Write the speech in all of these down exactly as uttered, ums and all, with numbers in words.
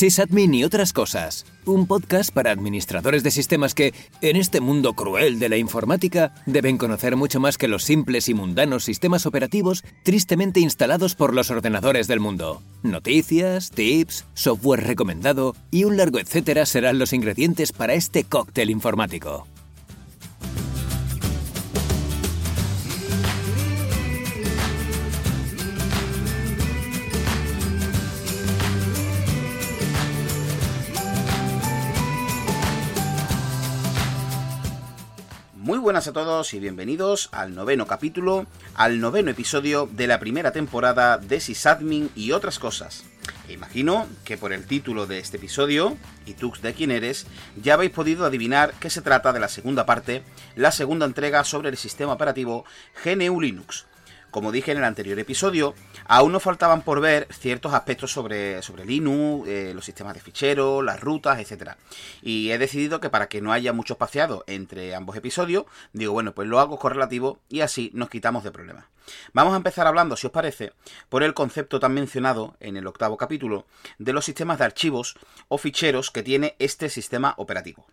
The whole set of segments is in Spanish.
Sysadmin y otras cosas. Un podcast para administradores de sistemas que, en este mundo cruel de la informática, deben conocer mucho más que los simples y mundanos sistemas operativos tristemente instalados por los ordenadores del mundo. Noticias, tips, software recomendado y un largo etcétera serán los ingredientes para este cóctel informático. Muy buenas a todos y bienvenidos al noveno capítulo, al noveno episodio de la primera temporada de Sysadmin y otras cosas. E imagino que por el título de este episodio, y tú de quién eres, ya habéis podido adivinar que se trata de la segunda parte, la segunda entrega sobre el sistema operativo G N U Linux. Como dije en el anterior episodio, aún nos faltaban por ver ciertos aspectos sobre, sobre Linux, eh, los sistemas de ficheros, las rutas, etcétera. Y he decidido que para que no haya mucho espaciado entre ambos episodios, digo, bueno, pues lo hago correlativo y así nos quitamos de problemas. Vamos a empezar hablando, si os parece, por el concepto tan mencionado en el octavo capítulo de los sistemas de archivos o ficheros que tiene este sistema operativo.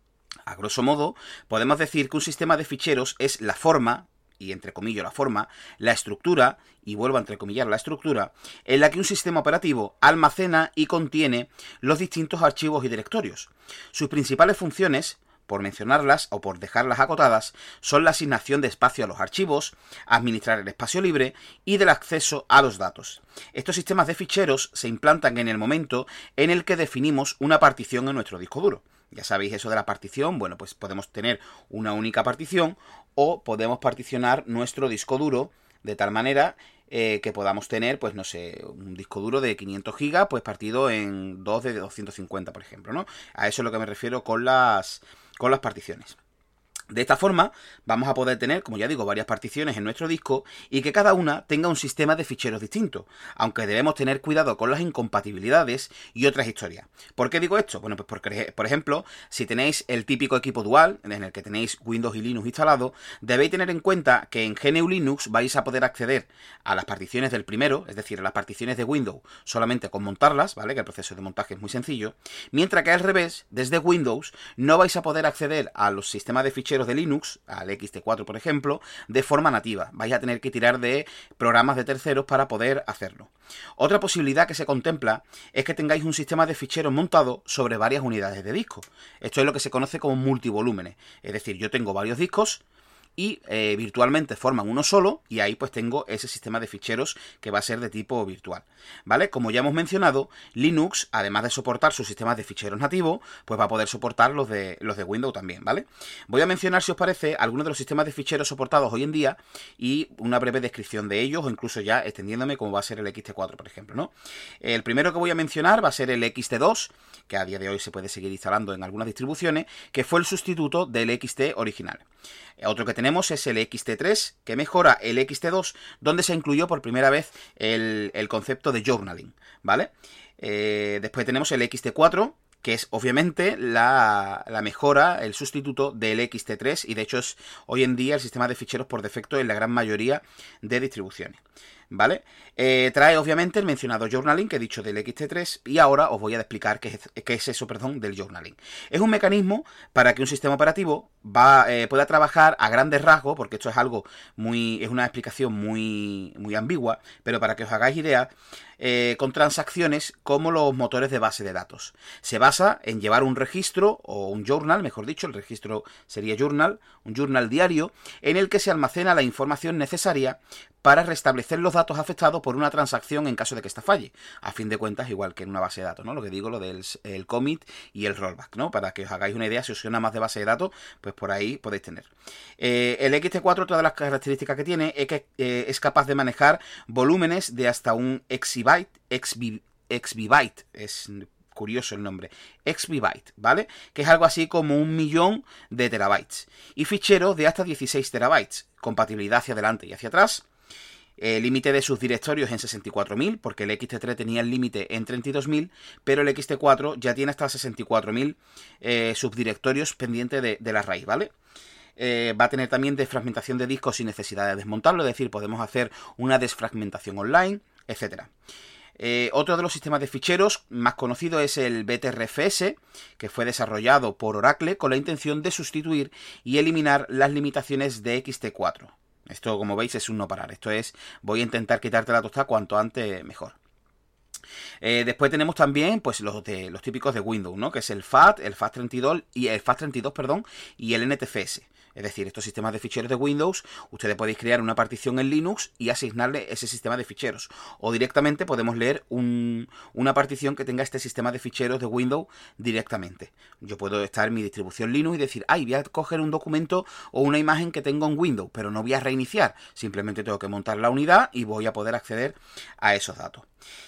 A grosso modo, podemos decir que un sistema de ficheros es la forma, y entre comillas la forma, la estructura, y vuelvo a entrecomillar la estructura, en la que un sistema operativo almacena y contiene los distintos archivos y directorios. Sus principales funciones, por mencionarlas o por dejarlas acotadas, son la asignación de espacio a los archivos, administrar el espacio libre y del acceso a los datos. Estos sistemas de ficheros se implantan en el momento en el que definimos una partición en nuestro disco duro. Ya sabéis eso de la partición, bueno, pues podemos tener una única partición o podemos particionar nuestro disco duro de tal manera eh, que podamos tener, pues no sé, un disco duro de quinientos gigas, pues partido en dos de doscientos cincuenta, por ejemplo, ¿no? A eso es lo que me refiero con las, con las particiones. De esta forma, vamos a poder tener, como ya digo, varias particiones en nuestro disco y que cada una tenga un sistema de ficheros distinto, aunque debemos tener cuidado con las incompatibilidades y otras historias. ¿Por qué digo esto? Bueno, pues porque, por ejemplo, si tenéis el típico equipo dual, en el que tenéis Windows y Linux instalado, debéis tener en cuenta que en G N U Linux vais a poder acceder a las particiones del primero, es decir, a las particiones de Windows, solamente con montarlas, ¿vale? Que el proceso de montaje es muy sencillo, mientras que al revés, desde Windows, no vais a poder acceder a los sistemas de ficheros de Linux, al X T cuatro por ejemplo, de forma nativa. Vais a tener que tirar de programas de terceros para poder hacerlo. Otra posibilidad que se contempla es que tengáis un sistema de ficheros montado sobre varias unidades de disco. Esto es lo que se conoce como multivolúmenes. Es decir, yo tengo varios discos y eh, virtualmente forman uno solo y ahí pues tengo ese sistema de ficheros que va a ser de tipo virtual, ¿vale? Como ya hemos mencionado, Linux, además de soportar sus sistemas de ficheros nativos, pues va a poder soportar los de, los de Windows también, ¿vale? Voy a mencionar, si os parece, algunos de los sistemas de ficheros soportados hoy en día y una breve descripción de ellos, o incluso ya extendiéndome como va a ser el X T cuatro, por ejemplo, ¿no? El primero que voy a mencionar va a ser el X T dos, que a día de hoy se puede seguir instalando en algunas distribuciones, que fue el sustituto del X T original. Otro que tenemos es el X T tres, que mejora el X T dos, donde se incluyó por primera vez el, el concepto de journaling, ¿vale? Eh, después tenemos el X T cuatro, que es obviamente la, la mejora, el sustituto del X T tres, y de hecho es hoy en día el sistema de ficheros por defecto en la gran mayoría de distribuciones, ¿vale? Eh, trae obviamente el mencionado journaling que he dicho del X T tres y ahora os voy a explicar qué es, qué es eso, perdón, del journaling. Es un mecanismo para que un sistema operativo va, eh, pueda trabajar a grandes rasgos, porque esto es algo muy, es una explicación muy, muy ambigua, pero para que os hagáis idea, eh, con transacciones como los motores de base de datos. Se basa en llevar un registro o un journal, mejor dicho, el registro sería journal, un journal diario, en el que se almacena la información necesaria para restablecer los datos afectados por una transacción en caso de que esta falle. A fin de cuentas, igual que en una base de datos, ¿no? Lo que digo, lo del el commit y el rollback, ¿no? Para que os hagáis una idea, si os suena más de base de datos, pues por ahí podéis tener. Eh, el X T cuatro, todas las características que tiene, es que eh, es capaz de manejar volúmenes de hasta un exabyte, exabyte, es curioso el nombre, exabyte, ¿vale? Que es algo así como un millón de terabytes. Y ficheros de hasta dieciséis terabytes, compatibilidad hacia adelante y hacia atrás. El límite de sus directorios en sesenta y cuatro mil, porque el X T tres tenía el límite en treinta y dos mil, pero el X T cuatro ya tiene hasta sesenta y cuatro mil eh, subdirectorios pendientes de, de la raíz, ¿vale? Eh, va a tener también desfragmentación de discos sin necesidad de desmontarlo, es decir, podemos hacer una desfragmentación online, etcétera. Eh, otro de los sistemas de ficheros más conocido es el B T R F S, que fue desarrollado por Oracle con la intención de sustituir y eliminar las limitaciones de X T cuatro. Esto, como veis, es un no parar. Esto es, voy a intentar quitarte la tostada cuanto antes mejor. Eh, después tenemos también pues los de los típicos de Windows, ¿no? Que es el F A T, el F A T treinta y dos y el F A T treinta y dos, perdón, y el N T F S. Es decir, estos sistemas de ficheros de Windows, ustedes podéis crear una partición en Linux y asignarle ese sistema de ficheros. O directamente podemos leer un, una partición que tenga este sistema de ficheros de Windows directamente. Yo puedo estar en mi distribución Linux y decir, ay, voy a coger un documento o una imagen que tengo en Windows, pero no voy a reiniciar. Simplemente tengo que montar la unidad y voy a poder acceder a esos datos.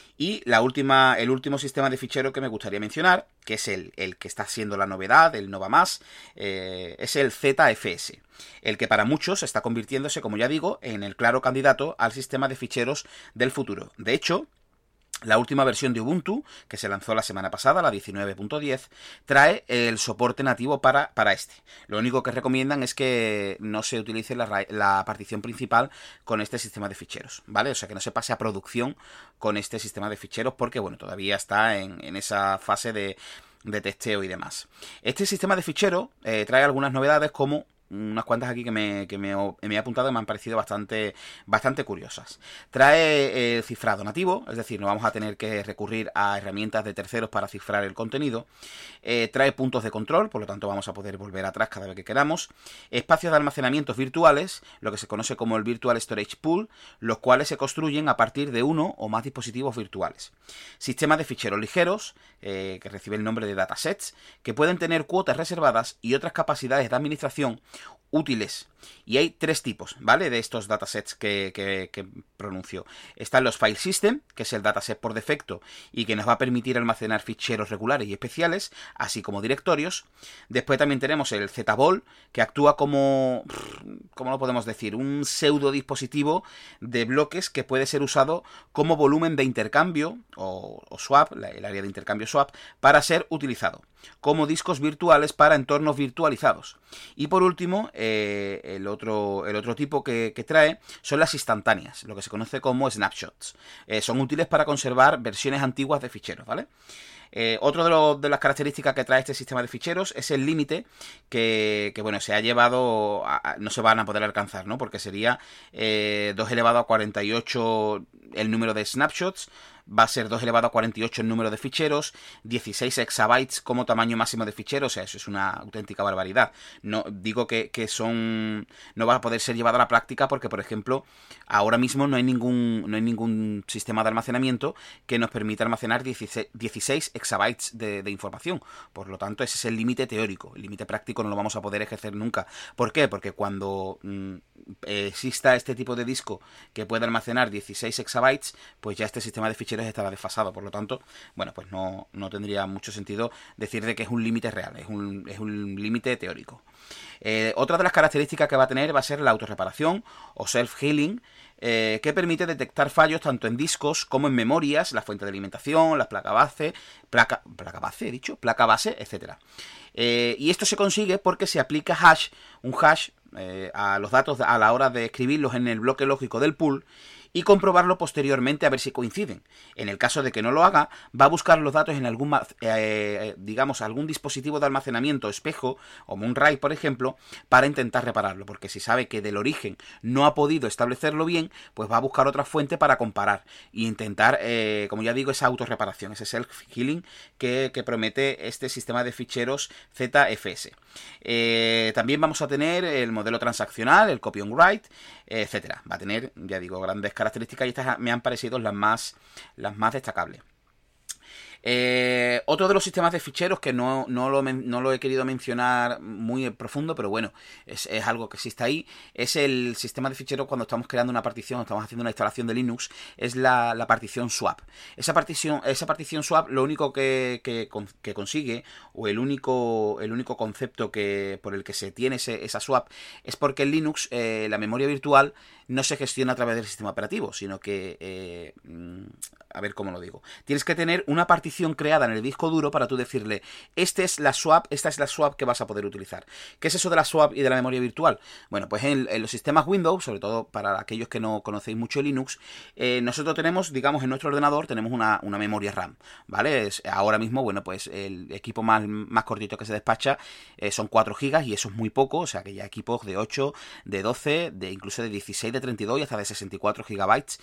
Y la última, el último sistema de fichero que me gustaría mencionar, que es el, el que está siendo la novedad, el Nova Más, eh, es el Z F S, el que para muchos está convirtiéndose, como ya digo, en el claro candidato al sistema de ficheros del futuro. De hecho, la última versión de Ubuntu, que se lanzó la semana pasada, la diecinueve punto diez, trae el soporte nativo para, para este. Lo único que recomiendan es que no se utilice la, la partición principal con este sistema de ficheros, ¿vale? O sea, que no se pase a producción con este sistema de ficheros porque, bueno, todavía está en, en esa fase de, de testeo y demás. Este sistema de ficheros eh, trae algunas novedades como unas cuantas aquí que me, que me, me he apuntado y me han parecido bastante, bastante curiosas. Trae eh, cifrado nativo, es decir, no vamos a tener que recurrir a herramientas de terceros para cifrar el contenido. Eh, trae puntos de control, por lo tanto vamos a poder volver atrás cada vez que queramos. Espacios de almacenamientos virtuales, lo que se conoce como el Virtual Storage Pool, los cuales se construyen a partir de uno o más dispositivos virtuales. Sistemas de ficheros ligeros, eh, que recibe el nombre de datasets, que pueden tener cuotas reservadas y otras capacidades de administración útiles. Y hay tres tipos, ¿vale? De estos datasets que, que, que pronuncio. Están los File System, que es el dataset por defecto y que nos va a permitir almacenar ficheros regulares y especiales, así como directorios. Después también tenemos el Z B O L, que actúa como, ¿cómo lo podemos decir? Un pseudo dispositivo de bloques que puede ser usado como volumen de intercambio o, o swap, el área de intercambio swap, para ser utilizado como discos virtuales para entornos virtualizados. Y por último, eh, el, otro, el otro tipo que, que trae son las instantáneas, lo que se conoce como snapshots. Eh, son útiles para conservar versiones antiguas de ficheros, ¿vale? Eh, otro de, lo, de las características que trae este sistema de ficheros es el límite que, que, bueno, se ha llevado, a, a, no se van a poder alcanzar, ¿no? Porque sería eh, dos elevado a cuarenta y ocho el número de snapshots, va a ser dos elevado a cuarenta y ocho el número de ficheros, dieciséis exabytes como tamaño máximo de ficheros, o sea, eso es una auténtica barbaridad. No digo que, que son no va a poder ser llevado a la práctica porque, por ejemplo, ahora mismo no hay ningún no hay ningún sistema de almacenamiento que nos permita almacenar dieciséis exabytes de, de información. Por lo tanto, ese es el límite teórico. El límite práctico no lo vamos a poder ejercer nunca. ¿Por qué? Porque cuando mmm, exista este tipo de disco que pueda almacenar dieciséis exabytes, pues ya este sistema de ficheros estará desfasado. Por lo tanto, bueno, pues no, no tendría mucho sentido decir de que es un límite real, es un, es un límite teórico. Eh, otra de las características que va a tener va a ser la autorreparación o self-healing, eh, que permite detectar fallos tanto en discos como en memorias, la fuente de alimentación, las placas base, placa, placa base, he dicho, placa base, etcétera. Eh, y esto se consigue porque se aplica hash, un hash eh, a los datos a la hora de escribirlos en el bloque lógico del pool y comprobarlo posteriormente a ver si coinciden. En el caso de que no lo haga, va a buscar los datos en algún, eh, digamos, algún dispositivo de almacenamiento espejo, como un RAID, por ejemplo, para intentar repararlo, porque si sabe que del origen no ha podido establecerlo bien, pues va a buscar otra fuente para comparar e intentar, eh, como ya digo, esa autorreparación, ese self-healing que, que promete este sistema de ficheros Z F S. Eh, también vamos a tener el modelo transaccional, el copy on write, etcétera. Va a tener, ya digo, grandes características y estas me han parecido las más, las más destacables. Eh, otro de los sistemas de ficheros que no, no, lo, no lo he querido mencionar muy profundo, pero bueno, es, es algo que existe ahí, es el sistema de ficheros cuando estamos creando una partición, estamos haciendo una instalación de Linux, es la, la partición swap. Esa partición, esa partición swap lo único que, que, que consigue, o el único, el único concepto que, por el que se tiene ese, esa swap, es porque en Linux eh, la memoria virtual no se gestiona a través del sistema operativo, sino que, eh, a ver cómo lo digo, tienes que tener una partición partición creada en el disco duro para tú decirle, este es la swap, esta es la swap que vas a poder utilizar. ¿Qué es eso de la swap y de la memoria virtual? Bueno, pues en, en los sistemas Windows, sobre todo para aquellos que no conocéis mucho Linux, eh, nosotros tenemos, digamos, en nuestro ordenador tenemos una, una memoria RAM, ¿vale? Es, ahora mismo, bueno, pues el equipo más, más cortito que se despacha eh, son cuatro gigas y eso es muy poco, o sea que ya equipos de ocho, de doce, de incluso de dieciséis, de treinta y dos y hasta de sesenta y cuatro gigabytes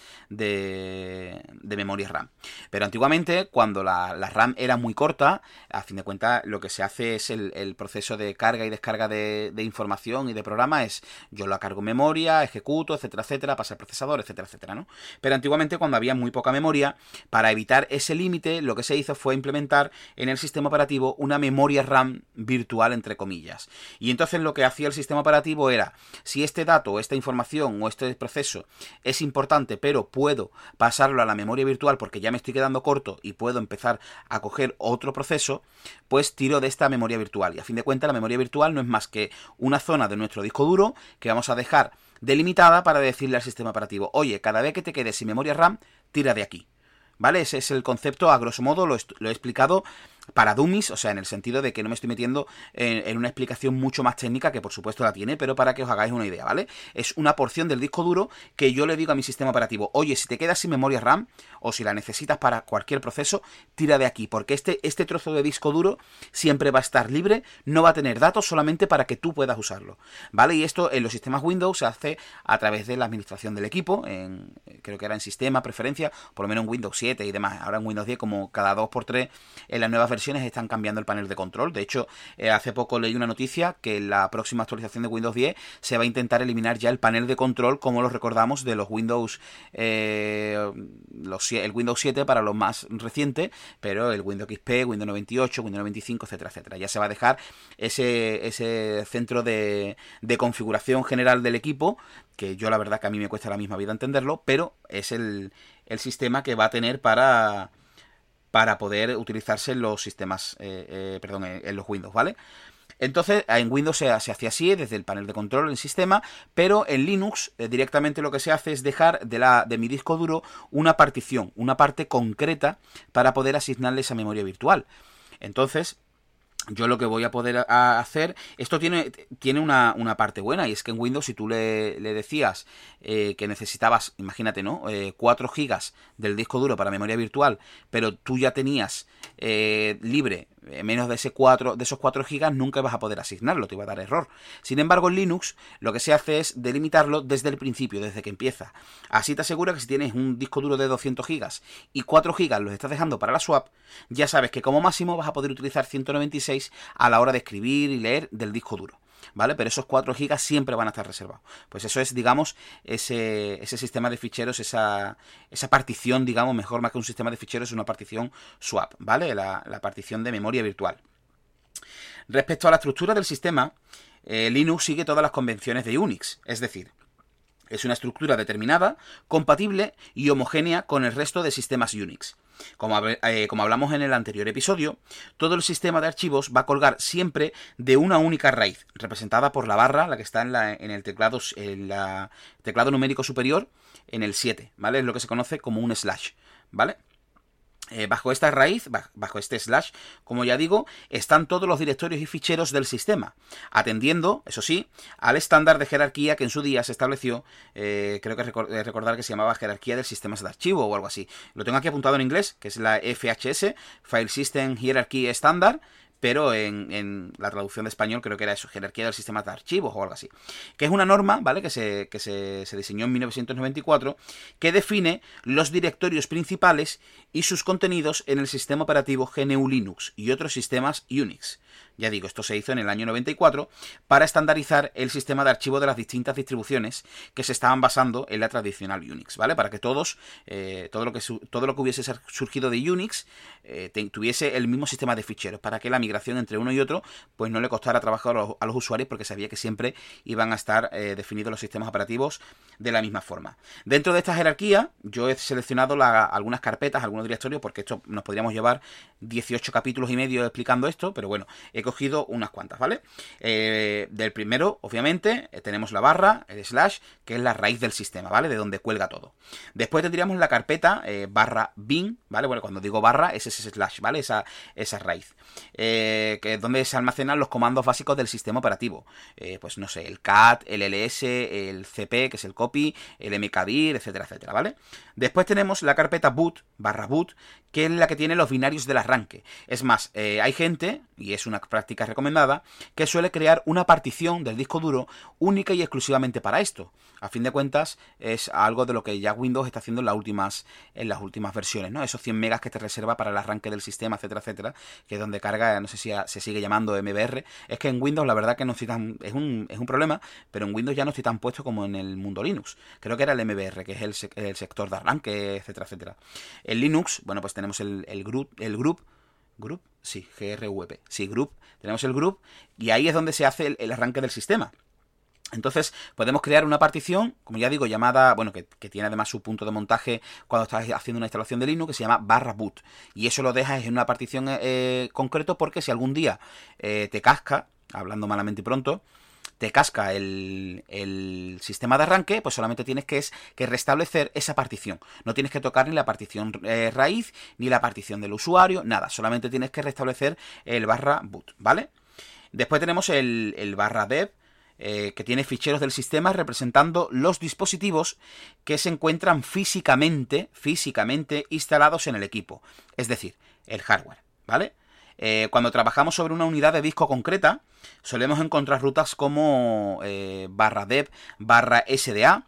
de, de memoria RAM. Pero antiguamente, cuando la, la RAM era muy corta, a fin de cuentas lo que se hace es el, el proceso de carga y descarga de, de información y de programa es yo la cargo en memoria, ejecuto, etcétera, etcétera, pasa al procesador, etcétera, etcétera, ¿no? Pero antiguamente, cuando había muy poca memoria, para evitar ese límite, lo que se hizo fue implementar en el sistema operativo una memoria RAM virtual, entre comillas. Y entonces lo que hacía el sistema operativo era, si este dato, esta información o este proceso es importante, pero puedo pasarlo a la memoria virtual porque ya me estoy quedando corto y puedo empezar a coger otro proceso, pues tiro de esta memoria virtual. Y a fin de cuentas, la memoria virtual no es más que una zona de nuestro disco duro que vamos a dejar delimitada para decirle al sistema operativo, oye, cada vez que te quedes sin memoria RAM, tira de aquí. ¿Vale? Ese es el concepto, a grosso modo, lo, lo he explicado para dummies, o sea, en el sentido de que no me estoy metiendo en, en una explicación mucho más técnica, que por supuesto la tiene, pero para que os hagáis una idea, ¿vale? Es una porción del disco duro que yo le digo a mi sistema operativo, oye, si te quedas sin memoria RAM, o si la necesitas para cualquier proceso, tira de aquí, porque este, este trozo de disco duro siempre va a estar libre, no va a tener datos, solamente para que tú puedas usarlo, ¿vale? Y esto en los sistemas Windows se hace a través de la administración del equipo, en, creo que era en sistema, preferencia, por lo menos en Windows siete y demás, ahora en Windows diez, como cada dos por tres en las nuevas versiones están cambiando el panel de control. De hecho, eh, hace poco leí una noticia que en la próxima actualización de Windows diez se va a intentar eliminar ya el panel de control como lo recordamos de los Windows eh, los, el Windows siete para los más recientes, pero el Windows X P, Windows noventa y ocho, Windows noventa y cinco, etcétera, etcétera. Ya se va a dejar ese, ese centro de, de configuración general del equipo, que yo la verdad que a mí me cuesta la misma vida entenderlo, pero es el, el sistema que va a tener para... para poder utilizarse en los sistemas, eh, eh, perdón, en, en los Windows, ¿vale? Entonces, en Windows se, se hacía así, desde el panel de control en sistema, pero en Linux eh, directamente lo que se hace es dejar de, la, de mi disco duro una partición, una parte concreta para poder asignarle esa memoria virtual. Entonces, yo lo que voy a poder a hacer, esto tiene, tiene una, una parte buena, y es que en Windows si tú le, le decías eh, que necesitabas, imagínate, ¿no? Eh, cuatro gigas del disco duro para memoria virtual, pero tú ya tenías eh, libre menos de, ese cuatro, de esos cuatro gigas, nunca vas a poder asignarlo, te va a dar error. Sin embargo, en Linux lo que se hace es delimitarlo desde el principio, desde que empieza. Así te asegura que si tienes un disco duro de doscientos gigas y cuatro gigas los estás dejando para la swap, ya sabes que como máximo vas a poder utilizar ciento noventa y seis a la hora de escribir y leer del disco duro, ¿vale? Pero esos cuatro gigas siempre van a estar reservados. Pues eso es, digamos, ese, ese sistema de ficheros, esa, esa partición, digamos, mejor más que un sistema de ficheros, es una partición swap, ¿vale? La, la partición de memoria virtual. Respecto a la estructura del sistema, eh, Linux sigue todas las convenciones de Unix, es decir, es una estructura determinada, compatible y homogénea con el resto de sistemas Unix. Como, eh, como hablamos en el anterior episodio, todo el sistema de archivos va a colgar siempre de una única raíz, representada por la barra, la que está en, la, en el teclado, en la teclado numérico superior, en el siete, ¿vale? Es lo que se conoce como un slash, ¿vale? Eh, bajo esta raíz, bajo este slash, como ya digo, están todos los directorios y ficheros del sistema, atendiendo, eso sí, al estándar de jerarquía que en su día se estableció, eh, creo que recordar que se llamaba jerarquía del sistema de archivo o algo así. Lo tengo aquí apuntado en inglés, que es la F H S, File System Hierarchy Standard, pero en, en la traducción de español creo que era eso, jerarquía del sistema de archivos o algo así. Que es una norma, ¿vale? Que se, que se, se diseñó en mil novecientos noventa y cuatro, que define los directorios principales y sus contenidos en el sistema operativo G N U Linux y otros sistemas Unix. Ya digo, esto se hizo en el año noventa y cuatro para estandarizar el sistema de archivo de las distintas distribuciones que se estaban basando en la tradicional Unix, ¿vale? Para que todos, eh, todo, lo que todo lo que hubiese surgido de Unix eh, tuviese el mismo sistema de ficheros, para que la migración entre uno y otro pues no le costara trabajo a los, a los usuarios, porque sabía que siempre iban a estar eh, definidos los sistemas operativos de la misma forma. Dentro de esta jerarquía yo he seleccionado la, algunas carpetas, algunos directorios, porque esto nos podríamos llevar dieciocho capítulos y medio explicando esto, pero bueno, he cogido unas cuantas, ¿vale? Eh, del primero, obviamente, eh, tenemos la barra, el slash, que es la raíz del sistema, ¿vale? De donde cuelga todo. Después tendríamos la carpeta eh, barra bin, ¿vale? Bueno, cuando digo barra, es ese slash, ¿vale? Esa, esa raíz. Eh, que es donde se almacenan los comandos básicos del sistema operativo. Eh, pues no sé, el cat, el ls, el cp, que es el copy, el mkdir, etcétera, etcétera, ¿vale? Después tenemos la carpeta boot, barra boot, que es la que tiene los binarios del arranque. Es más, eh, hay gente, y es una práctica recomendada, que suele crear una partición del disco duro única y exclusivamente para esto. A fin de cuentas, es algo de lo que ya Windows está haciendo en las últimas, en las últimas versiones, ¿no? Esos cien megas que te reserva para el arranque del sistema, etcétera, etcétera, que es donde carga, no sé si se sigue llamando M B R. Es que en Windows la verdad que no estoy tan, es un, es un problema, pero en Windows ya no estoy tan puesto como en el mundo Linux. Creo que era el M B R, que es el, el sector de arranque, etcétera, etcétera. En Linux, bueno, pues tenemos el, el group, el group, group, sí, G R V P, sí, group, tenemos el group, y ahí es donde se hace el, el arranque del sistema. Entonces podemos crear una partición, como ya digo, llamada, bueno, que, que tiene además su punto de montaje cuando estás haciendo una instalación de Linux, que se llama barra boot. Y eso lo dejas en una partición eh, concreto, porque si algún día eh, te casca, hablando malamente y pronto, te casca el, el sistema de arranque, pues solamente tienes que, es, que restablecer esa partición. No tienes que tocar ni la partición eh, raíz, ni la partición del usuario, nada. Solamente tienes que restablecer el barra boot, ¿vale? Después tenemos el, el barra dev, Eh, que tiene ficheros del sistema representando los dispositivos que se encuentran físicamente, físicamente instalados en el equipo, es decir, el hardware, ¿vale? Eh, cuando trabajamos sobre una unidad de disco concreta, solemos encontrar rutas como eh, barra dev, barra sda.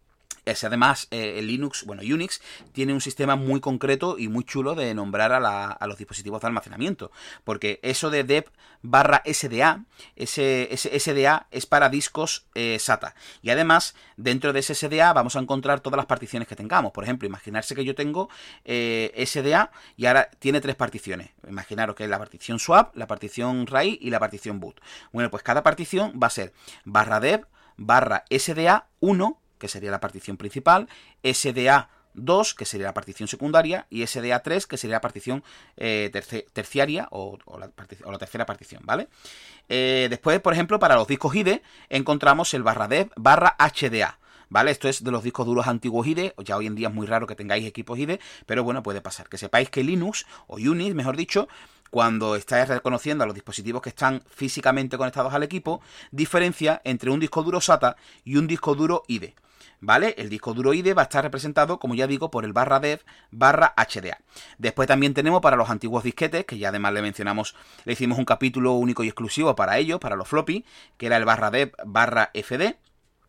Es además, eh, el Linux, bueno, Unix, tiene un sistema muy concreto y muy chulo de nombrar a, la, a los dispositivos de almacenamiento. Porque eso de dev barra sda, ese, ese sda es para discos eh, SATA. Y además, dentro de ese sda vamos a encontrar todas las particiones que tengamos. Por ejemplo, imaginarse que yo tengo eh, sda y ahora tiene tres particiones. Imaginaros que es la partición swap, la partición raíz y la partición boot. Bueno, pues cada partición va a ser barra dev barra sda uno, que sería la partición principal, sda dos, que sería la partición secundaria, y sda tres, que sería la partición eh, terci terciaria o, o, la o la tercera partición, ¿vale? Eh, después, por ejemplo, para los discos I D E, encontramos el barra dev barra hda, ¿vale? Esto es de los discos duros antiguos I D E, ya hoy en día es muy raro que tengáis equipos I D E, pero bueno, puede pasar. Que sepáis que Linux, o Unix, mejor dicho, cuando estáis reconociendo a los dispositivos que están físicamente conectados al equipo, diferencia entre un disco duro SATA y un disco duro I D E. ¿Vale? El disco duro I D E va a estar representado, como ya digo, por el barra dev barra hda. Después también tenemos para los antiguos disquetes, que ya además le mencionamos, le hicimos un capítulo único y exclusivo para ellos, para los floppy, que era el barra dev barra fd,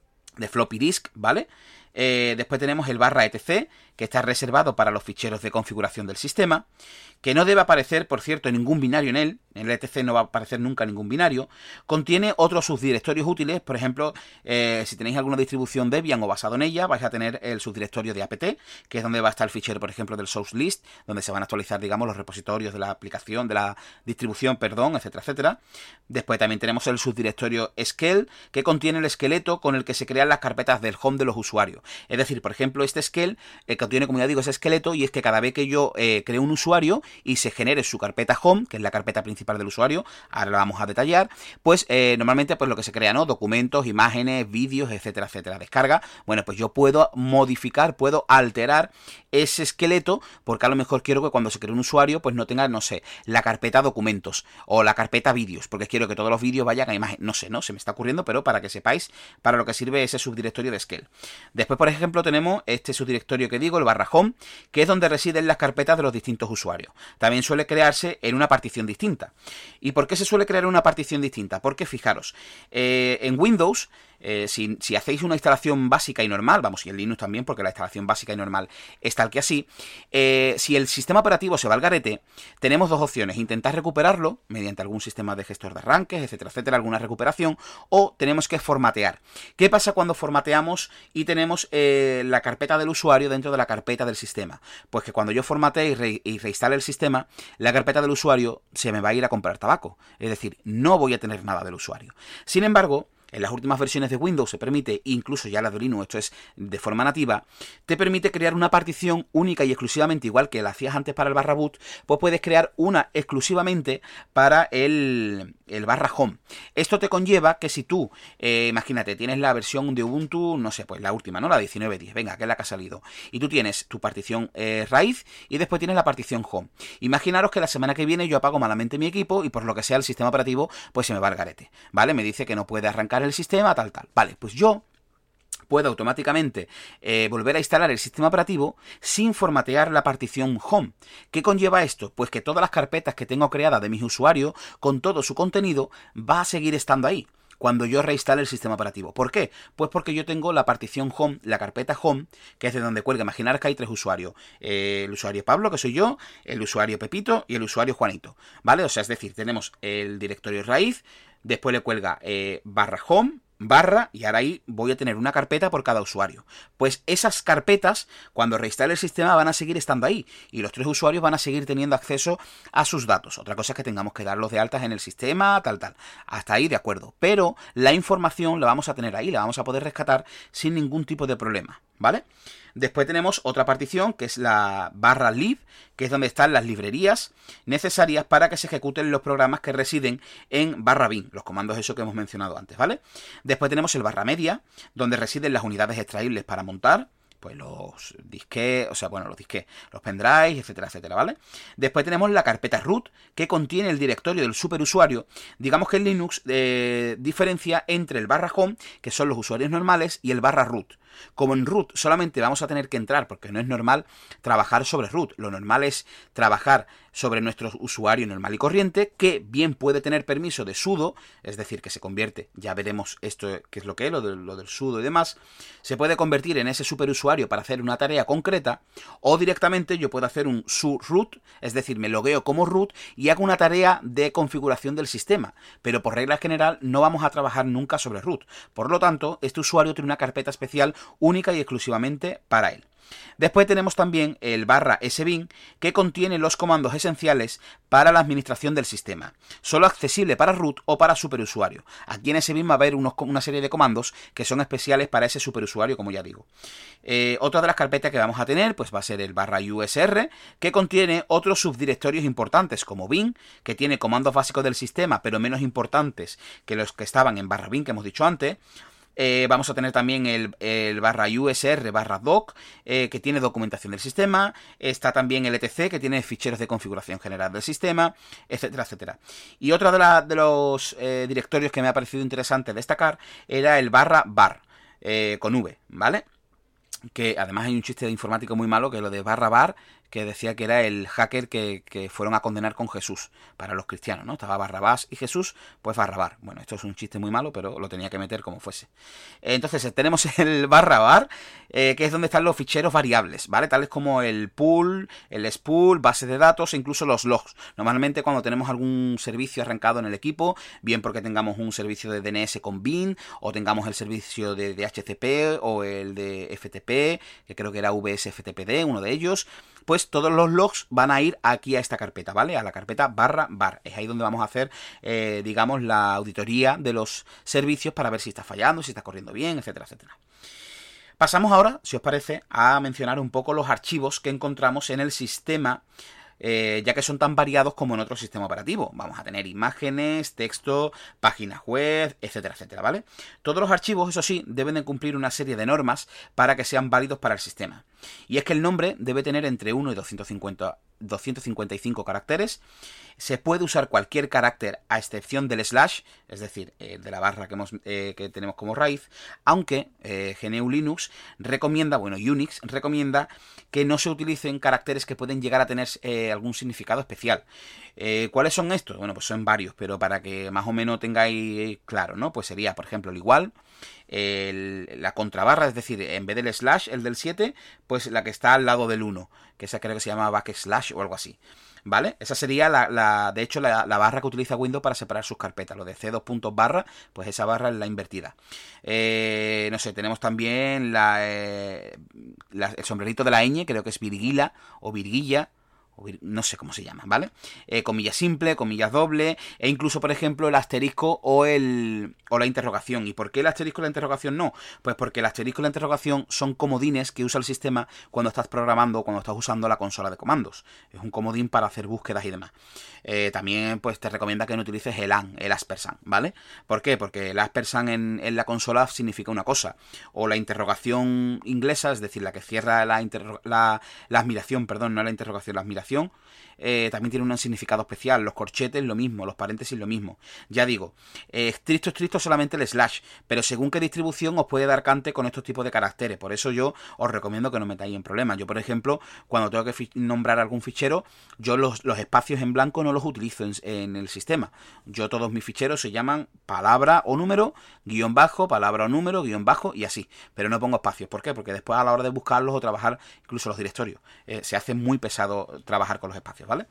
de floppy disk, ¿vale? Eh, después tenemos el barra etc, que está reservado para los ficheros de configuración del sistema, que no debe aparecer, por cierto, ningún binario en él. En el etc no va a aparecer nunca ningún binario. Contiene otros subdirectorios útiles, por ejemplo, eh, si tenéis alguna distribución Debian o basado en ella, vais a tener el subdirectorio de apt, que es donde va a estar el fichero, por ejemplo, del source list, donde se van a actualizar, digamos, los repositorios de la aplicación, de la distribución, perdón, etcétera, etcétera. Después también tenemos el subdirectorio Shell, que contiene el esqueleto con el que se crean las carpetas del home de los usuarios. Es decir, por ejemplo, este Shell eh, contiene, como ya digo, ese esqueleto, y es que cada vez que yo eh, creo un usuario y se genere su carpeta home, que es la carpeta principal del usuario, ahora la vamos a detallar, pues eh, normalmente pues lo que se crea, ¿no? Documentos, imágenes, vídeos, etcétera, etcétera. Descarga, bueno, pues yo puedo modificar, puedo alterar ese esqueleto, porque a lo mejor quiero que cuando se cree un usuario, pues no tenga, no sé, la carpeta documentos o la carpeta vídeos, porque quiero que todos los vídeos vayan a imagen, no sé, no, se me está ocurriendo, pero para que sepáis para lo que sirve ese subdirectorio de Shell. Después, por ejemplo, tenemos este subdirectorio que digo, el barra home, que es donde residen las carpetas de los distintos usuarios. También suele crearse en una partición distinta. ¿Y por qué se suele crear una partición distinta? Porque fijaros, eh, en Windows, eh, si, si hacéis una instalación básica y normal, vamos, y en Linux también, porque la instalación básica y normal es tal que así, eh, si el sistema operativo se va al garete, tenemos dos opciones: intentar recuperarlo mediante algún sistema de gestor de arranques, etcétera, etcétera, alguna recuperación, o tenemos que formatear. ¿Qué pasa cuando formateamos y tenemos eh, la carpeta del usuario dentro de la carpeta del sistema? Pues que cuando yo formatee y, re, y reinstale el sistema, la carpeta del usuario se me va a ir a comprar tabaco, es decir, no voy a tener nada del usuario. Sin embargo, en las últimas versiones de Windows se permite, incluso ya la de Linux, esto es de forma nativa, te permite crear una partición única y exclusivamente, igual que la hacías antes para el barra boot, pues puedes crear una exclusivamente para el, el barra home. Esto te conlleva que si tú, eh, imagínate, tienes la versión de Ubuntu, no sé, pues la última, ¿no? La diecinueve diez, venga, que es la que ha salido. Y tú tienes tu partición eh, raíz y después tienes la partición home. Imaginaros que la semana que viene yo apago malamente mi equipo y por lo que sea el sistema operativo, pues se me va al garete, ¿vale? Me dice que no puede arrancar el sistema, tal, tal. Vale, pues yo puedo automáticamente eh, volver a instalar el sistema operativo sin formatear la partición home. ¿Qué conlleva esto? Pues que todas las carpetas que tengo creadas de mis usuarios, con todo su contenido, va a seguir estando ahí cuando yo reinstale el sistema operativo. ¿Por qué? Pues porque yo tengo la partición home, la carpeta home, que es de donde cuelga. Imaginar que hay tres usuarios. Eh, el usuario Pablo, que soy yo, el usuario Pepito y el usuario Juanito. ¿Vale? O sea, es decir, tenemos el directorio raíz, después le cuelga eh, barra home, barra, y ahora ahí voy a tener una carpeta por cada usuario. Pues esas carpetas, cuando reinstale el sistema, van a seguir estando ahí, y los tres usuarios van a seguir teniendo acceso a sus datos. Otra cosa es que tengamos que darlos de altas en el sistema, tal, tal. Hasta ahí, de acuerdo. Pero la información la vamos a tener ahí, la vamos a poder rescatar sin ningún tipo de problema, ¿vale? Después tenemos otra partición que es la barra lib, que es donde están las librerías necesarias para que se ejecuten los programas que residen en barra bin, los comandos esos que hemos mencionado antes, ¿vale? Después tenemos el barra media, donde residen las unidades extraíbles para montar, pues los disques, o sea, bueno, los disques, los pendrives, etcétera, etcétera, ¿vale? Después tenemos la carpeta root, que contiene el directorio del superusuario. Digamos que en Linux eh, diferencia entre el barra home, que son los usuarios normales, y el barra root. Como en root solamente vamos a tener que entrar, porque no es normal trabajar sobre root, lo normal es trabajar sobre nuestro usuario normal y corriente, que bien puede tener permiso de sudo, es decir, que se convierte, ya veremos esto que es lo que es, lo, de, lo del sudo y demás, se puede convertir en ese superusuario para hacer una tarea concreta, o directamente yo puedo hacer un su root, es decir, me logueo como root y hago una tarea de configuración del sistema, pero por regla general no vamos a trabajar nunca sobre root. Por lo tanto, este usuario tiene una carpeta especial única y exclusivamente para él. Después tenemos también el barra sbin, que contiene los comandos esenciales para la administración del sistema, solo accesible para root o para superusuario. Aquí en sbin va a haber unos, una serie de comandos que son especiales para ese superusuario, como ya digo. Eh, otra de las carpetas que vamos a tener pues va a ser el barra usr, que contiene otros subdirectorios importantes como bin, que tiene comandos básicos del sistema pero menos importantes que los que estaban en barra bin que hemos dicho antes. Eh, vamos a tener también el, el barra usr barra doc, eh, que tiene documentación del sistema. Está también el etc, que tiene ficheros de configuración general del sistema, etcétera, etcétera. Y otro de, la, de los eh, directorios que me ha parecido interesante destacar era el barra bar, eh, con V, ¿vale? Que además hay un chiste de informático muy malo, que es lo de barra bar, que decía que era el hacker que, que fueron a condenar con Jesús para los cristianos, ¿no? Estaba Barrabás y Jesús, pues Barrabar. Bueno, esto es un chiste muy malo, pero lo tenía que meter como fuese. Entonces tenemos el Barrabar, eh, que es donde están los ficheros variables, ¿vale? Tales como el pool, el spool, base de datos e incluso los logs. Normalmente cuando tenemos algún servicio arrancado en el equipo, bien porque tengamos un servicio de D N S con bin, o tengamos el servicio de D H C P o el de F T P, que creo que era V S F T P D, uno de ellos, pues todos los logs van a ir aquí a esta carpeta, ¿vale? A la carpeta barra bar. Es ahí donde vamos a hacer, eh, digamos, la auditoría de los servicios para ver si está fallando, si está corriendo bien, etcétera, etcétera. Pasamos ahora, si os parece, a mencionar un poco los archivos que encontramos en el sistema, eh, ya que son tan variados como en otro sistema operativo. Vamos a tener imágenes, texto, páginas web, etcétera, etcétera, ¿vale? Todos los archivos, eso sí, deben de cumplir una serie de normas para que sean válidos para el sistema. Y es que el nombre debe tener entre uno y doscientos cincuenta, doscientos cincuenta y cinco caracteres. Se puede usar cualquier carácter a excepción del slash, es decir, eh, de la barra que, hemos, eh, que tenemos como raíz, aunque eh, G N U Linux recomienda, bueno, Unix recomienda que no se utilicen caracteres que pueden llegar a tener eh, algún significado especial. Eh, ¿Cuáles son estos? Bueno, pues son varios, pero para que más o menos tengáis claro, ¿no? Pues sería, por ejemplo, el igual, el, la contrabarra, es decir, en vez del slash, el del siete, pues la que está al lado del uno, que esa creo que se llama backslash o algo así, ¿vale? Esa sería, la, la de hecho, la, la barra que utiliza Windows para separar sus carpetas. Lo de C dos puntos barra, pues esa barra es la invertida. Eh, no sé, tenemos también la, eh, la, el sombrerito de la ñ, creo que es virguila o virguilla, no sé cómo se llama, ¿vale? Eh, comillas simple, comillas doble, e incluso, por ejemplo, el asterisco o el o la interrogación. ¿Y por qué el asterisco y la interrogación no? Pues porque el asterisco y la interrogación son comodines que usa el sistema cuando estás programando o cuando estás usando la consola de comandos. Es un comodín para hacer búsquedas y demás. Eh, también, pues, te recomienda que no utilices el an, el aspersan, ¿vale? ¿Por qué? Porque el aspersan en, en la consola significa una cosa. O la interrogación inglesa, es decir, la que cierra la, la, la admiración, perdón, no la interrogación, la admiración, Eh, también tiene un significado especial. Los corchetes lo mismo, los paréntesis lo mismo. Ya digo, eh, estricto estricto solamente el slash, pero según qué distribución os puede dar cante con estos tipos de caracteres. Por eso yo os recomiendo que no metáis en problemas. Yo, por ejemplo, cuando tengo que nombrar algún fichero, yo los, los espacios en blanco no los utilizo en, en el sistema. Yo todos mis ficheros se llaman palabra o número, guión bajo, palabra o número, guión bajo y así. Pero no pongo espacios. ¿Por qué? Porque después a la hora de buscarlos o trabajar, incluso los directorios, eh, se hace muy pesado trabajar con los espacios, ¿vale?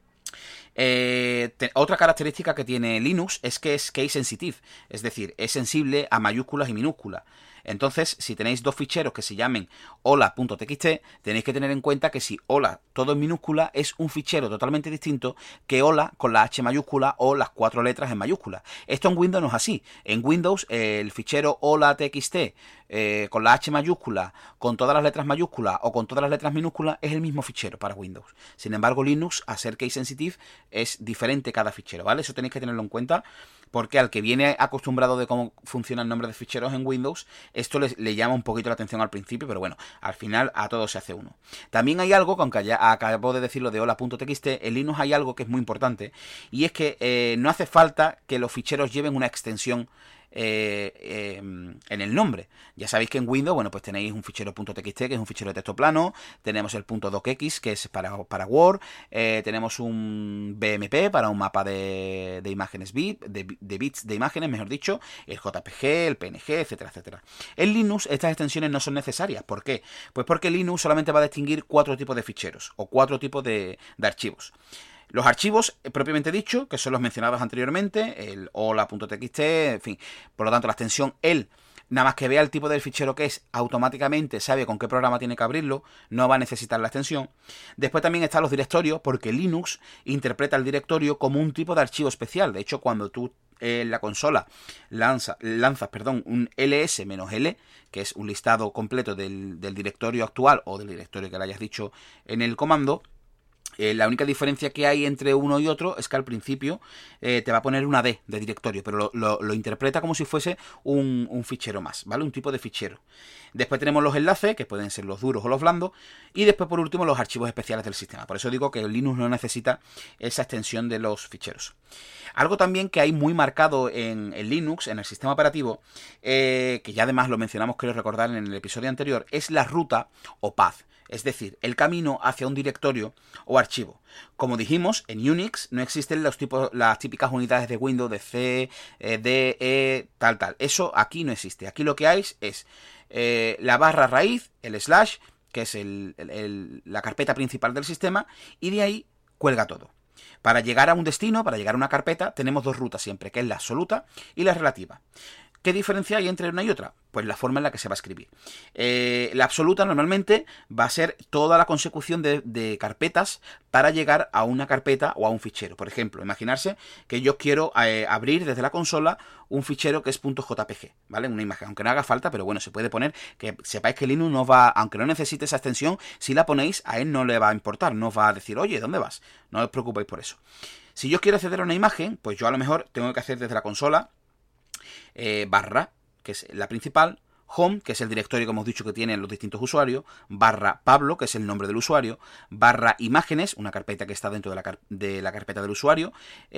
Eh, te, otra característica que tiene Linux es que es case sensitive, es decir, es sensible a mayúsculas y minúsculas. Entonces, si tenéis dos ficheros que se llamen hola.txt, tenéis que tener en cuenta que si hola todo en minúscula es un fichero totalmente distinto que hola con la H mayúscula o las cuatro letras en mayúscula. Esto en Windows no es así. En Windows eh, el fichero hola.txt eh, con la H mayúscula, con todas las letras mayúsculas o con todas las letras minúsculas es el mismo fichero para Windows. Sin embargo, Linux, a ser case sensitive, es diferente cada fichero, ¿vale? Eso tenéis que tenerlo en cuenta, porque al que viene acostumbrado de cómo funciona el nombre de ficheros en Windows, esto le, le llama un poquito la atención al principio, pero bueno, al final a todo se hace uno. También hay algo, que aunque ya acabo de decirlo de hola.txt, en Linux hay algo que es muy importante, y es que eh, no hace falta que los ficheros lleven una extensión Eh, eh, en el nombre. Ya sabéis que en Windows, bueno, pues tenéis un fichero .txt, que es un fichero de texto plano, tenemos el .docx, que es para, para Word, eh, tenemos un B M P para un mapa de, de imágenes bit, de, de bits de imágenes, mejor dicho, el J P G, el P N G, etcétera, etcétera. En Linux estas extensiones no son necesarias. ¿Por qué? Pues porque Linux solamente va a distinguir cuatro tipos de ficheros o cuatro tipos de, de archivos. Los archivos, propiamente dicho, que son los mencionados anteriormente, el hola.txt, en fin, por lo tanto la extensión el, nada más que vea el tipo del fichero que es, automáticamente sabe con qué programa tiene que abrirlo, no va a necesitar la extensión. Después también están los directorios, porque Linux interpreta el directorio como un tipo de archivo especial. De hecho, cuando tú en la consola lanza, lanzas perdón, un ls-l, que es un listado completo del, del directorio actual o del directorio que le hayas dicho en el comando, Eh, la única diferencia que hay entre uno y otro es que al principio eh, te va a poner una D de directorio, pero lo, lo, lo interpreta como si fuese un, un fichero más, ¿vale? Un tipo de fichero. Después tenemos los enlaces, que pueden ser los duros o los blandos, y después por último los archivos especiales del sistema. Por eso digo que el Linux no necesita esa extensión de los ficheros. Algo también que hay muy marcado en, en Linux, en el sistema operativo, eh, que ya además lo mencionamos, creo recordar, en el episodio anterior, es la ruta o path. Es decir, el camino hacia un directorio o archivo. Como dijimos, en Unix no existen los tipos, las típicas unidades de Windows de C, eh, D, E, tal, tal. Eso aquí no existe. Aquí lo que hay es eh, la barra raíz, el slash, que es el, el, el, la carpeta principal del sistema, y de ahí cuelga todo. Para llegar a un destino, para llegar a una carpeta, tenemos dos rutas siempre, que es la absoluta y la relativa. ¿Qué diferencia hay entre una y otra? Pues la forma en la que se va a escribir. Eh, la absoluta normalmente va a ser toda la consecución de, de carpetas para llegar a una carpeta o a un fichero. Por ejemplo, imaginarse que yo quiero eh, abrir desde la consola un fichero que es .jpg, ¿vale? Una imagen, aunque no haga falta, pero bueno, se puede poner, que sepáis que Linux no va, aunque no necesite esa extensión, si la ponéis, a él no le va a importar, no os va a decir, oye, ¿dónde vas? No os preocupéis por eso. Si yo quiero acceder a una imagen, pues yo a lo mejor tengo que hacer desde la consola, Eh, barra, que es la principal, home, que es el directorio que hemos dicho que tienen los distintos usuarios, barra Pablo, que es el nombre del usuario, barra imágenes, una carpeta que está dentro de la, car de la carpeta del usuario,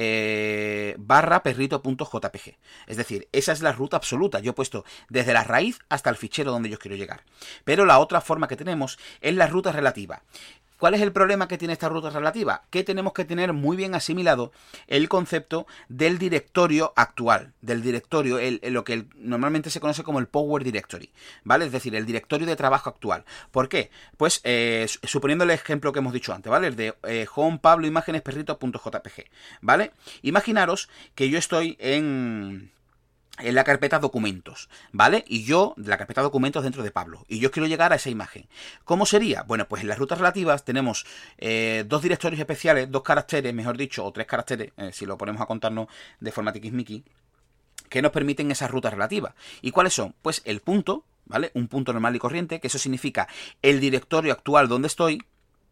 eh, barra perrito.jpg. Es decir, esa es la ruta absoluta. Yo he puesto desde la raíz hasta el fichero donde yo quiero llegar. Pero la otra forma que tenemos es la ruta relativa. ¿Cuál es el problema que tiene esta ruta relativa? Que tenemos que tener muy bien asimilado el concepto del directorio actual, del directorio, el, el, lo que el, normalmente se conoce como el Power Directory, ¿vale? Es decir, el directorio de trabajo actual. ¿Por qué? Pues eh, suponiendo el ejemplo que hemos dicho antes, ¿vale? El de eh, home pablo imágenes perrito.jpg, ¿vale? Imaginaros que yo estoy en... en la carpeta documentos, ¿vale? Y yo, la carpeta documentos dentro de Pablo. Y yo quiero llegar a esa imagen. ¿Cómo sería? Bueno, pues en las rutas relativas tenemos eh, dos directorios especiales, dos caracteres, mejor dicho, o tres caracteres, eh, si lo ponemos a contarnos de forma tiquismiqui, que nos permiten esas rutas relativas. ¿Y cuáles son? Pues el punto, ¿vale? Un punto normal y corriente, que eso significa el directorio actual donde estoy.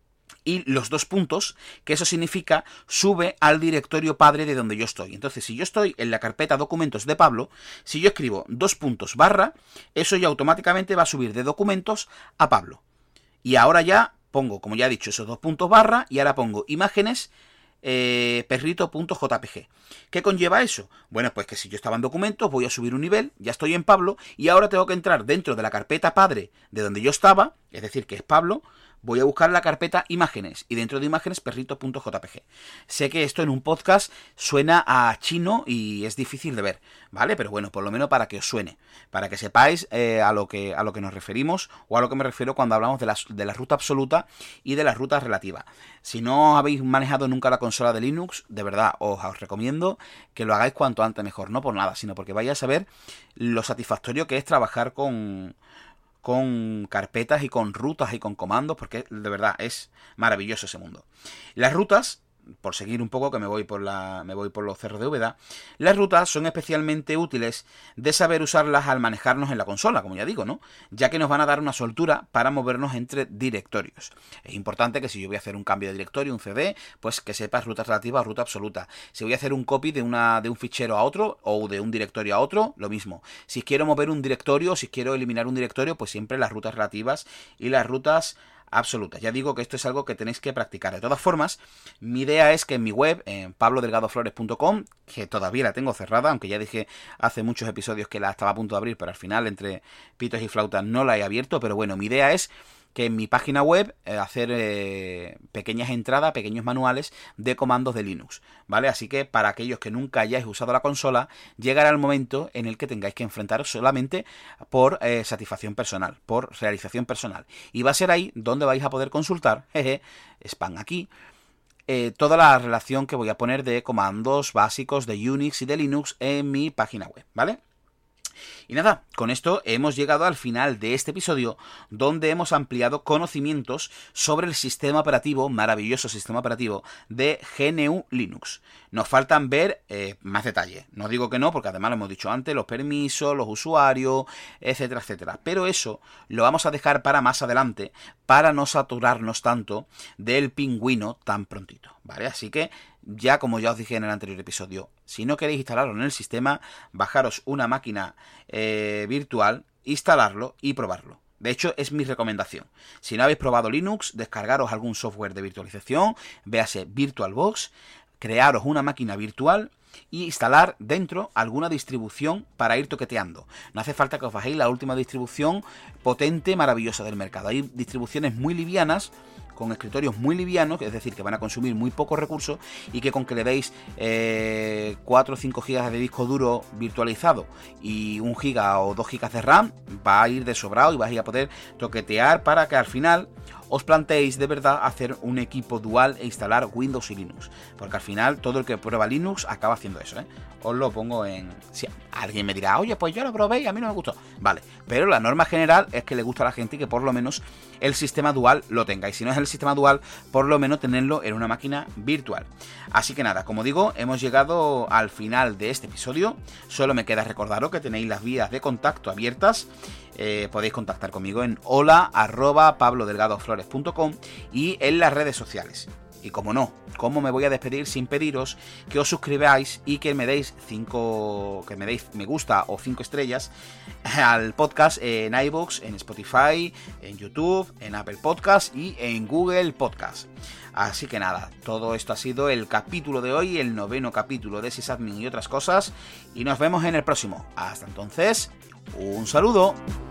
Y los dos puntos, que eso significa sube al directorio padre de donde yo estoy. Entonces, si yo estoy en la carpeta documentos de Pablo, si yo escribo dos puntos barra, eso ya automáticamente va a subir de documentos a Pablo. Y ahora ya pongo, como ya he dicho, esos dos puntos barra y ahora pongo imágenes eh, perrito.jpg. ¿Qué conlleva eso? Bueno, pues que si yo estaba en documentos, voy a subir un nivel, ya estoy en Pablo y ahora tengo que entrar dentro de la carpeta padre de donde yo estaba, es decir, que es Pablo. Voy a buscar la carpeta imágenes y dentro de imágenes perrito.jpg. Sé que esto en un podcast suena a chino y es difícil de ver, ¿vale? Pero bueno, por lo menos para que os suene, para que sepáis eh, a, lo que, a lo que nos referimos o a lo que me refiero cuando hablamos de la, de la ruta absoluta y de las rutas relativas. Si no habéis manejado nunca la consola de Linux, de verdad os, os recomiendo que lo hagáis cuanto antes mejor, no por nada, sino porque vais a saber lo satisfactorio que es trabajar con... con carpetas y con rutas y con comandos, porque de verdad es maravilloso ese mundo. Las rutas, por seguir un poco, que me voy por la me voy por los C R D V, las rutas son especialmente útiles de saber usarlas al manejarnos en la consola, como ya digo, ¿no? Ya que nos van a dar una soltura para movernos entre directorios. Es importante que si yo voy a hacer un cambio de directorio, un C D, pues que sepas ruta relativa o ruta absoluta. Si voy a hacer un copy de, una, de un fichero a otro o de un directorio a otro, lo mismo. Si quiero mover un directorio o si quiero eliminar un directorio, pues siempre las rutas relativas y las rutas absolutas. Ya digo que esto es algo que tenéis que practicar. De todas formas, mi idea es que en mi web, en pablo delgado flores punto com, que todavía la tengo cerrada, aunque ya dije hace muchos episodios que la estaba a punto de abrir, pero al final, entre pitos y flautas, no la he abierto. Pero bueno, mi idea es que en mi página web eh, hacer eh, pequeñas entradas, pequeños manuales de comandos de Linux, ¿vale? Así que para aquellos que nunca hayáis usado la consola, llegará el momento en el que tengáis que enfrentaros solamente por eh, satisfacción personal, por realización personal. Y va a ser ahí donde vais a poder consultar, jeje, spam aquí, eh, toda la relación que voy a poner de comandos básicos de Unix y de Linux en mi página web, ¿vale? Y nada, con esto hemos llegado al final de este episodio, donde hemos ampliado conocimientos sobre el sistema operativo, maravilloso sistema operativo, de G N U Linux. Nos faltan ver eh, más detalles. No digo que no, porque además lo hemos dicho antes, los permisos, los usuarios, etcétera, etcétera. Pero eso lo vamos a dejar para más adelante, para no saturarnos tanto del pingüino tan prontito, ¿vale? Así que ya, como ya os dije en el anterior episodio, si no queréis instalarlo en el sistema, bajaros una máquina eh, virtual, instalarlo y probarlo. De hecho, es mi recomendación. Si no habéis probado Linux, descargaros algún software de virtualización, véase VirtualBox, crearos una máquina virtual y instalar dentro alguna distribución para ir toqueteando. No hace falta que os bajéis la última distribución potente, maravillosa del mercado. Hay distribuciones muy livianas, con escritorios muy livianos, es decir, que van a consumir muy pocos recursos y que con que le deis eh, cuatro o cinco gigas de disco duro virtualizado y un giga o dos gigas de RAM, va a ir de sobrado y vais a poder toquetear para que al final os planteéis de verdad hacer un equipo dual e instalar Windows y Linux, porque al final todo el que prueba Linux acaba haciendo eso, ¿eh? Os lo pongo en... Si alguien me dirá, oye, pues yo lo probé y a mí no me gustó, vale, pero la norma general es que le gusta a la gente que por lo menos el sistema dual lo tenga, y si no es el sistema dual, por lo menos tenerlo en una máquina virtual. Así que nada, como digo, hemos llegado al final de este episodio. Solo me queda recordaros que tenéis las vías de contacto abiertas. Eh, podéis contactar conmigo en hola arroba pablo delgado flores punto com y en las redes sociales. Y como no, ¿cómo me voy a despedir sin pediros que os suscribáis y que me deis cinco, que me deis me gusta o cinco estrellas al podcast en iVoox, en Spotify, en YouTube, en Apple Podcast y en Google Podcast? Así que nada, todo esto ha sido el capítulo de hoy, el noveno capítulo de Sysadmin y otras cosas, y nos vemos en el próximo. Hasta entonces, un saludo.